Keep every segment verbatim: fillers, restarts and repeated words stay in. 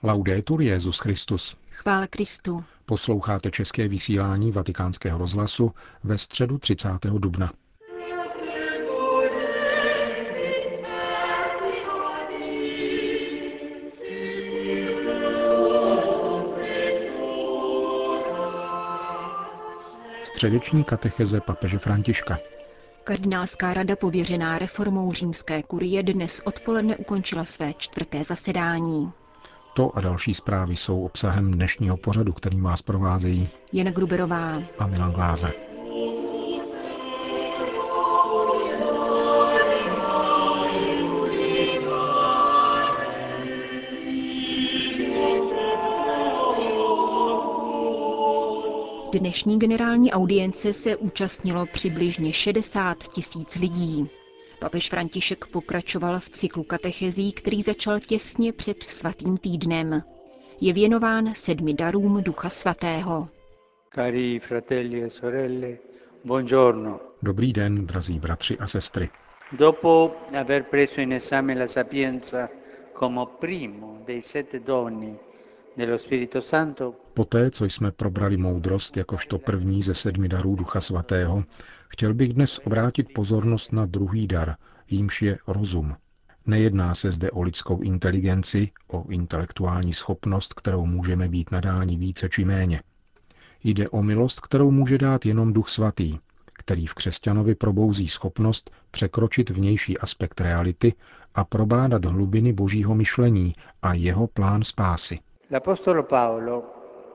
Laudetur Jesus Christus. Chvála Kristu. Posloucháte české vysílání Vatikánského rozhlasu ve středu třicátého dubna. Středeční katecheze papeže Františka. Kardinálská rada pověřená reformou římské kurie dnes odpoledne ukončila své čtvrté zasedání. To a další zprávy jsou obsahem dnešního pořadu, kterým vás provázejí Jana Gruberová a Milan Glázer. Dnešní generální audience se účastnilo přibližně šedesát tisíc lidí. Papež František pokračoval v cyklu katechezí, který začal těsně před svatým týdnem. Je věnován sedmi darům Ducha Svatého. Cari fratelli e sorelle, buongiorno. Dobrý den, drazí bratři a sestry. Dopo aver preso in esame la sapienza come primo dei sette doni dello Spirito Santo, Poté, co jsme probrali moudrost jakožto první ze sedmi darů Ducha Svatého, chtěl bych dnes obrátit pozornost na druhý dar, jímž je rozum. Nejedná se zde o lidskou inteligenci, o intelektuální schopnost, kterou můžeme být nadáni více či méně. Jde o milost, kterou může dát jenom Duch Svatý, který v křesťanovi probouzí schopnost překročit vnější aspekt reality a probádat hlubiny božího myšlení a jeho plán spásy. l'Apostolo Paolo,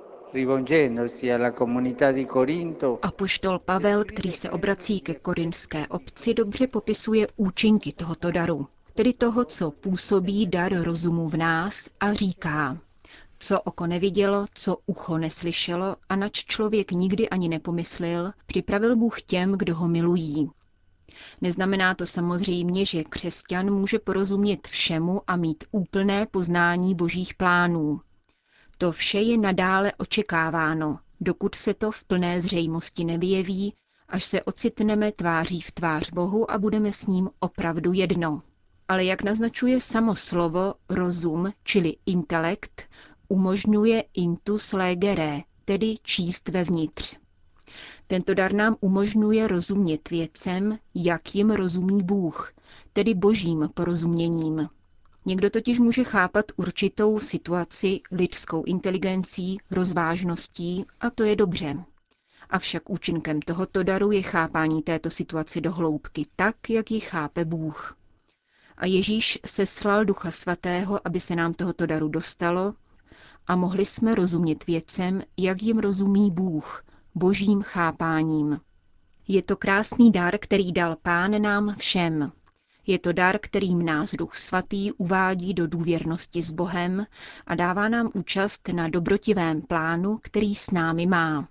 rivolgendosi alla comunità di Corinto, Apoštol Pavel, který se obrací ke korinské obci, dobře popisuje účinky tohoto daru, tedy toho, co působí dar rozumu v nás, a říká: co oko nevidělo, co ucho neslyšelo a nač člověk nikdy ani nepomyslel, připravil Bůh těm, kdo ho milují. Neznamená to samozřejmě, že křesťan může porozumět všemu a mít úplné poznání božích plánů. To vše je nadále očekáváno, dokud se to v plné zřejmosti nevyjeví, až se ocitneme tváří v tvář Bohu a budeme s ním opravdu jedno. Ale jak naznačuje samo slovo, rozum, čili intelekt, umožňuje intus legere, tedy číst vevnitř. Tento dar nám umožňuje rozumět věcem, jak jim rozumí Bůh, tedy božím porozuměním. Někdo totiž může chápat určitou situaci lidskou inteligencí, rozvážností, a to je dobře. Avšak účinkem tohoto daru je chápání této situace do hloubky tak, jak ji chápe Bůh. A Ježíš seslal Ducha Svatého, aby se nám tohoto daru dostalo a mohli jsme rozumět věcem, jak jim rozumí Bůh, božím chápáním. Je to krásný dar, který dal Pán nám všem. Je to dar, kterým nás Duch Svatý uvádí do důvěrnosti s Bohem a dává nám účast na dobrotivém plánu, který s námi má.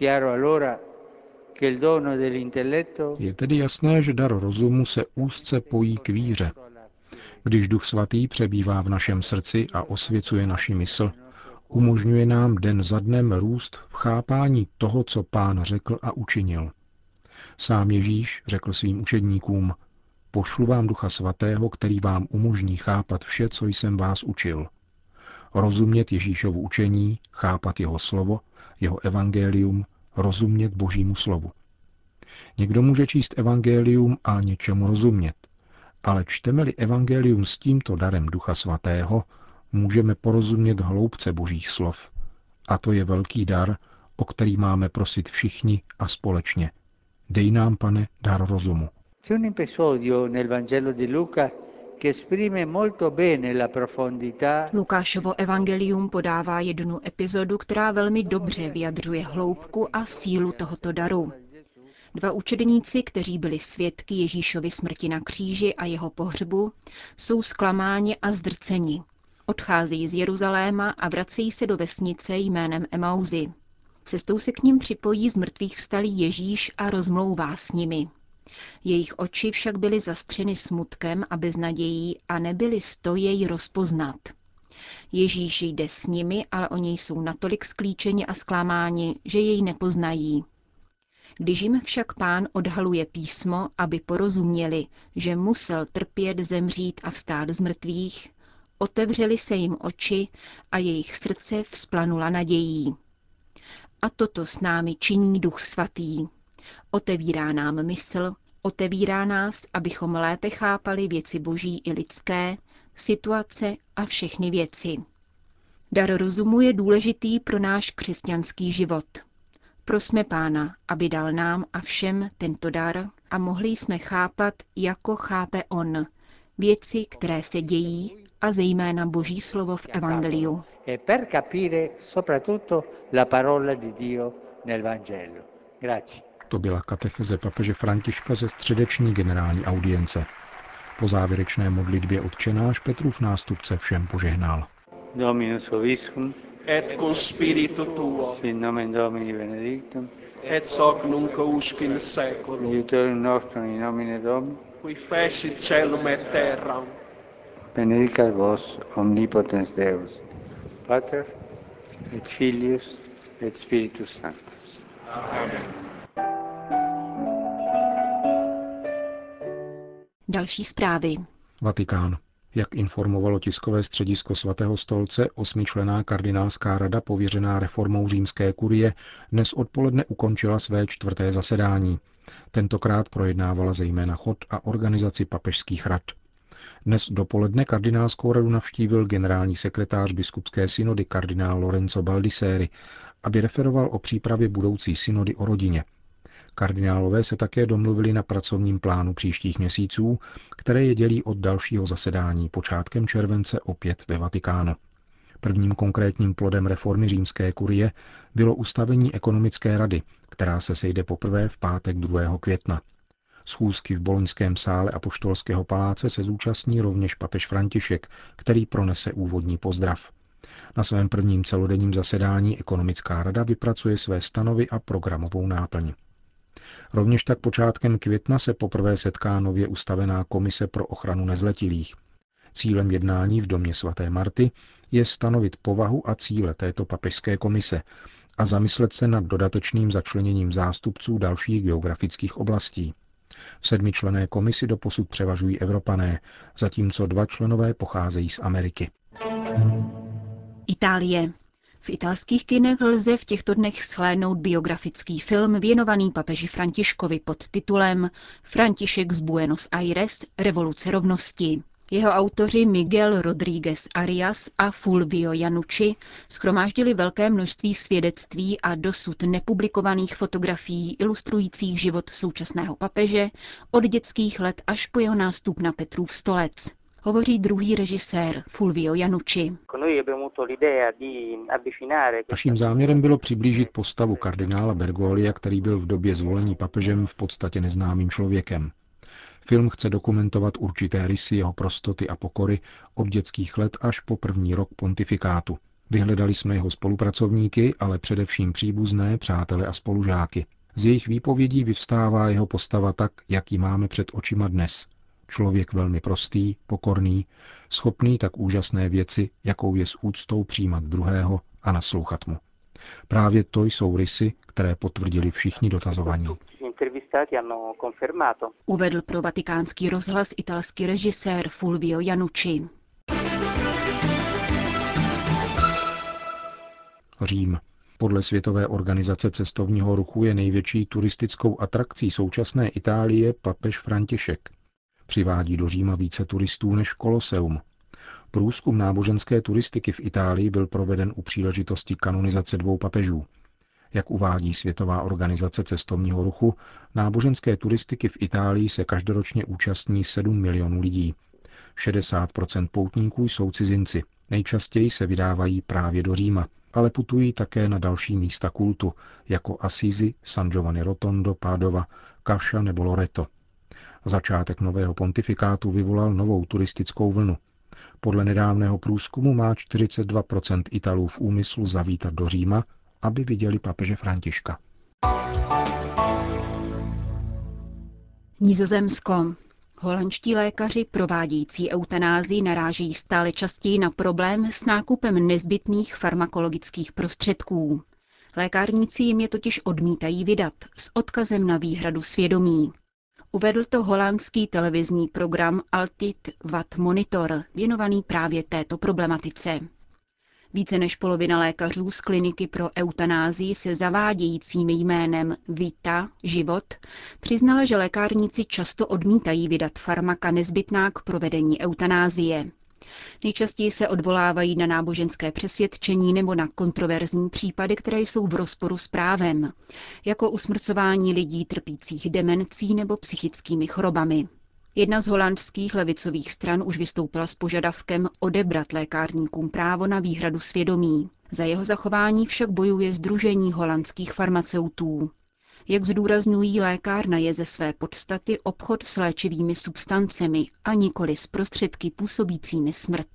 Je tedy jasné, že dar rozumu se úzce pojí k víře. Když Duch Svatý přebývá v našem srdci a osvěcuje naši mysl, umožňuje nám den za dnem růst v chápání toho, co Pán řekl a učinil. Sám Ježíš řekl svým učedníkům: pošlu vám Ducha Svatého, který vám umožní chápat vše, co jsem vás učil. Rozumět Ježíšovu učení, chápat jeho slovo, jeho evangelium, rozumět Božímu slovu. Někdo může číst evangelium a něčemu rozumět, ale čteme-li evangelium s tímto darem Ducha Svatého, můžeme porozumět hloubce Božích slov. A to je velký dar, o který máme prosit všichni a společně. Dej nám, Pane, dar rozumu. C'è un episodio nel Vangelo di Luca che esprime molto bene la profondità. Lukášovo evangelium podává jednu epizodu, která velmi dobře vyjadřuje hloubku a sílu tohoto daru. Dva učedníci, kteří byli svědky Ježíšovy smrti na kříži a jeho pohřbu, jsou zklamáni a zdrceni. Odcházejí z Jeruzaléma a vracejí se do vesnice jménem Emauzy. Cestou se k ním připojí z mrtvých vstalý Ježíš a rozmlouvá s nimi. Jejich oči však byly zastřeny smutkem a beznadějí a nebyli sto jej rozpoznat. Ježíš jde s nimi, ale oni jsou natolik sklíčeni a zklamáni, že jej nepoznají. Když jim však Pán odhaluje písmo, aby porozuměli, že musel trpět, zemřít a vstát z mrtvých, Otevřely se jim oči a jejich srdce vzplanula nadějí. A toto s námi činí Duch Svatý. Otevírá nám mysl, otevírá nás, abychom lépe chápali věci boží i lidské, situace a všechny věci. Dar rozumu je důležitý pro náš křesťanský život. Prosme Pána, aby dal nám a všem tento dar a mohli jsme chápat, jako chápe On, věci, které se dějí a zejména Boží slovo v Evangeliu. E per capire soprattutto la parola di Dio nel Vangelo. Grazie. To byla katecheze papeže Františka ze středeční generální audience. Po závěrečné modlitbě Otčenáš Petrův nástupce všem požehnal. Dominus vobiscum, et cum spiritu tuo, sin nomen Domini benedictum, et hoc nunc usque in seculum, aiutorium nostrum in nomine Domini, qui fecit caelum et terram. benedicat vos omnipotens Deus, Pater et Filius et Spiritus Sanctus. Amen. Další zprávy. Vatikán. Jak informovalo tiskové středisko Svatého stolce, osmičlenná kardinálská rada pověřená reformou římské kurie dnes odpoledne ukončila své čtvrté zasedání. Tentokrát projednávala zejména chod a organizaci papežských rad. Dnes dopoledne kardinálskou radu navštívil generální sekretář biskupské synody kardinál Lorenzo Baldisseri, aby referoval o přípravě budoucí synody o rodině. Kardinálové se také domluvili na pracovním plánu příštích měsíců, které je dělí od dalšího zasedání počátkem července opět ve Vatikánu. Prvním konkrétním plodem reformy římské kurie bylo ustavení ekonomické rady, která se sejde poprvé v pátek druhého května. Schůzky v boloňském sále Apoštolského paláce se zúčastní rovněž papež František, který pronese úvodní pozdrav. Na svém prvním celodenním zasedání ekonomická rada vypracuje své stanovy a programovou náplň. Rovněž tak počátkem května se poprvé setká nově ustavená komise pro ochranu nezletilých. Cílem jednání v domě svaté Marty je stanovit povahu a cíle této papežské komise a zamyslet se nad dodatečným začleněním zástupců dalších geografických oblastí. V sedmičlenné komisi doposud převažují Evropané, zatímco dva členové pocházejí z Ameriky. Itálie. V italských kinech lze v těchto dnech shlédnout biografický film věnovaný papeži Františkovi pod titulem František z Buenos Aires, revoluce rovnosti. Jeho autoři Miguel Rodríguez Arias a Fulvio Janucci shromáždili velké množství svědectví a dosud nepublikovaných fotografií ilustrujících život současného papeže od dětských let až po jeho nástup na Petrův stolec. Hovoří druhý režisér Fulvio Janucci. Naším záměrem bylo přiblížit postavu kardinála Bergoglio, který byl v době zvolení papežem v podstatě neznámým člověkem. Film chce dokumentovat určité rysy jeho prostoty a pokory od dětských let až po první rok pontifikátu. Vyhledali jsme jeho spolupracovníky, ale především příbuzné, přátele a spolužáky. Z jejich výpovědí vyvstává jeho postava tak, jak ji máme před očima dnes. Člověk velmi prostý, pokorný, schopný tak úžasné věci, jakou je s úctou přijímat druhého a naslouchat mu. Právě to jsou rysy, které potvrdili všichni dotazovaní. Uvedl pro Vatikánský rozhlas italský režisér Fulvio Janucci. Řím. Podle Světové organizace cestovního ruchu je největší turistickou atrakcí současné Itálie papež František. Přivádí do Říma více turistů než Koloseum. Průzkum náboženské turistiky v Itálii byl proveden u příležitosti kanonizace dvou papežů. Jak uvádí Světová organizace cestovního ruchu, náboženské turistiky v Itálii se každoročně účastní sedm milionů lidí. šedesát procent poutníků jsou cizinci. Nejčastěji se vydávají právě do Říma, ale putují také na další místa kultu, jako Assisi, San Giovanni Rotondo, Padova, Cascia nebo Loreto. Začátek nového pontifikátu vyvolal novou turistickou vlnu. Podle nedávného průzkumu má čtyřicet dva procent Italů v úmyslu zavítat do Říma, aby viděli papeže Františka. Nizozemsko. Holandští lékaři provádějící eutanázii narážejí stále častěji na problém s nákupem nezbytných farmakologických prostředků. Lékárníci jim je totiž odmítají vydat s odkazem na výhradu svědomí. Uvedl to holandský televizní program Altijd Wat Monitor, věnovaný právě této problematice. Více než polovina lékařů z kliniky pro eutanázii se zavádějícím jménem Vita, život, přiznala, že lékárníci často odmítají vydat farmaka nezbytná k provedení eutanázie. Nejčastěji se odvolávají na náboženské přesvědčení nebo na kontroverzní případy, které jsou v rozporu s právem, jako usmrcování lidí trpících demencí nebo psychickými chorobami. Jedna z holandských levicových stran už vystoupila s požadavkem odebrat lékárníkům právo na výhradu svědomí. Za jeho zachování však bojuje Sdružení holandských farmaceutů. Jak zdůrazňují, lékárna je ze své podstaty obchod s léčivými substancemi a nikoli s prostředky působícími smrt.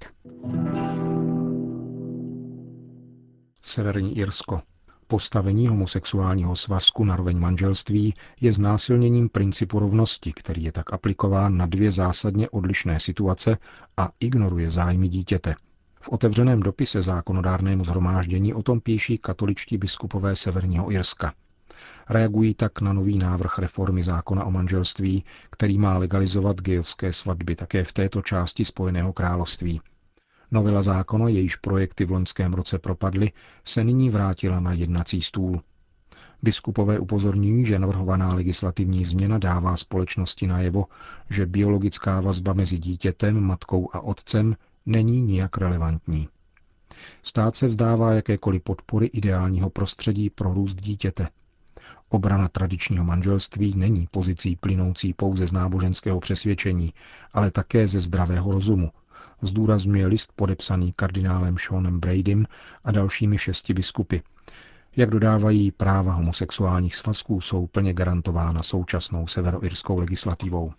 Severní Irsko. Postavení homosexuálního svazku na roveň manželství je znásilněním principu rovnosti, který je tak aplikován na dvě zásadně odlišné situace a ignoruje zájmy dítěte. V otevřeném dopise zákonodárnému shromáždění o tom píší katoličtí biskupové Severního Irska. Reagují tak na nový návrh reformy zákona o manželství, který má legalizovat gayovské svatby také v této části Spojeného království. Novela zákona, jejíž projekty v loňském roce propadly, se nyní vrátila na jednací stůl. Biskupové upozorňují, že navrhovaná legislativní změna dává společnosti najevo, že biologická vazba mezi dítětem, matkou a otcem není nijak relevantní. Stát se vzdává jakékoliv podpory ideálního prostředí pro růst dítěte. Obrana tradičního manželství není pozicí plynoucí pouze z náboženského přesvědčení, ale také ze zdravého rozumu, zdůrazňuje list podepsaný kardinálem Seanem Bradym a dalšími šesti biskupy. Jak dodávají, práva homosexuálních svazků jsou plně garantována současnou severoirskou legislativou.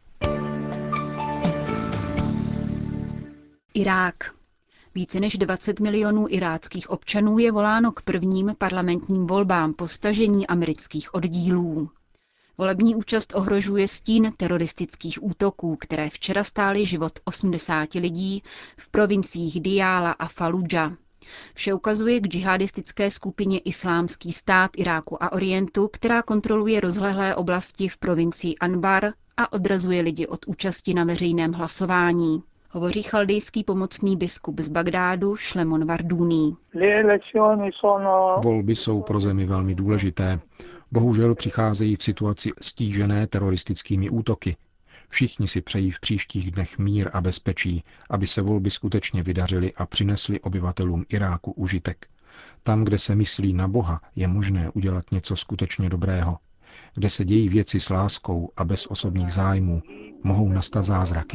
Irák. Více než dvacet milionů iráckých občanů je voláno k prvním parlamentním volbám po stažení amerických oddílů. Volební účast ohrožuje stín teroristických útoků, které včera stály život osmdesáti lidí v provinciích Diyala a Faludža. Vše ukazuje k džihadistické skupině Islámský stát Iráku a Orientu, která kontroluje rozlehlé oblasti v provincii Anbar a odrazuje lidi od účasti na veřejném hlasování. Hovoří chaldejský pomocný biskup z Bagdádu Šlemon Vardúný. Volby jsou pro zemi velmi důležité. Bohužel přicházejí v situaci stížené teroristickými útoky. Všichni si přejí v příštích dnech mír a bezpečí, aby se volby skutečně vydařily a přinesly obyvatelům Iráku užitek. Tam, kde se myslí na Boha, je možné udělat něco skutečně dobrého. Kde se dějí věci s láskou a bez osobních zájmů, mohou nastat zázraky.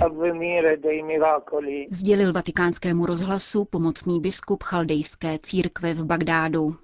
Sdělil Vatikánskému rozhlasu pomocný biskup chaldejské církve v Bagdádu.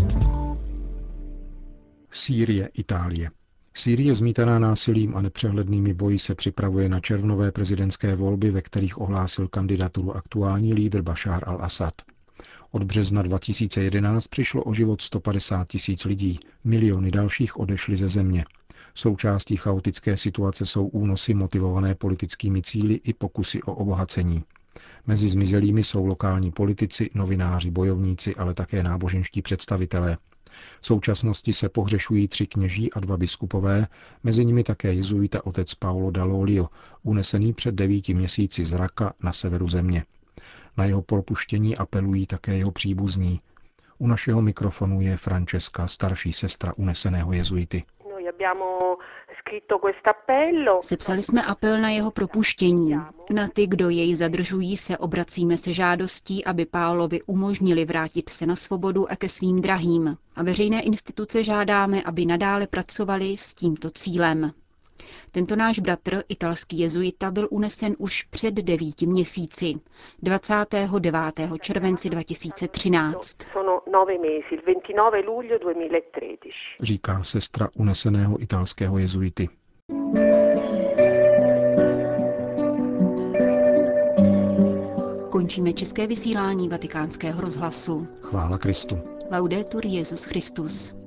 Sýrie, Itálie. Sýrie zmítaná násilím a nepřehlednými boji se připravuje na červnové prezidentské volby, ve kterých ohlásil kandidaturu aktuální lídr Bašár al-Asad. Od března dva tisíce jedenáct přišlo o život sto padesát tisíc lidí, miliony dalších odešly ze země. Součástí chaotické situace jsou únosy motivované politickými cíli i pokusy o obohacení. Mezi zmizelými jsou lokální politici, novináři, bojovníci, ale také náboženští představitelé. V současnosti se pohřešují tři kněží a dva biskupové, mezi nimi také jezuita otec Paolo Dall'Olio, unesený před devíti měsíci z raka na severu země. Na jeho propuštění apelují také jeho příbuzní. U našeho mikrofonu je Francesca, starší sestra uneseného jezuity. Sepsali jsme apel na jeho propuštění. Na ty, kdo jej zadržují, se obracíme se žádostí, aby Paolovi umožnili vrátit se na svobodu a ke svým drahým. A veřejné instituce žádáme, aby nadále pracovali s tímto cílem. Tento náš bratr, italský jezuita, byl unesen už před devíti měsíci, dvacátého devátého července dva tisíce třináct. Říká sestra uneseného italského jezuity. Končíme české vysílání Vatikánského rozhlasu. Chvála Kristu. Laudetur Jesus Christus.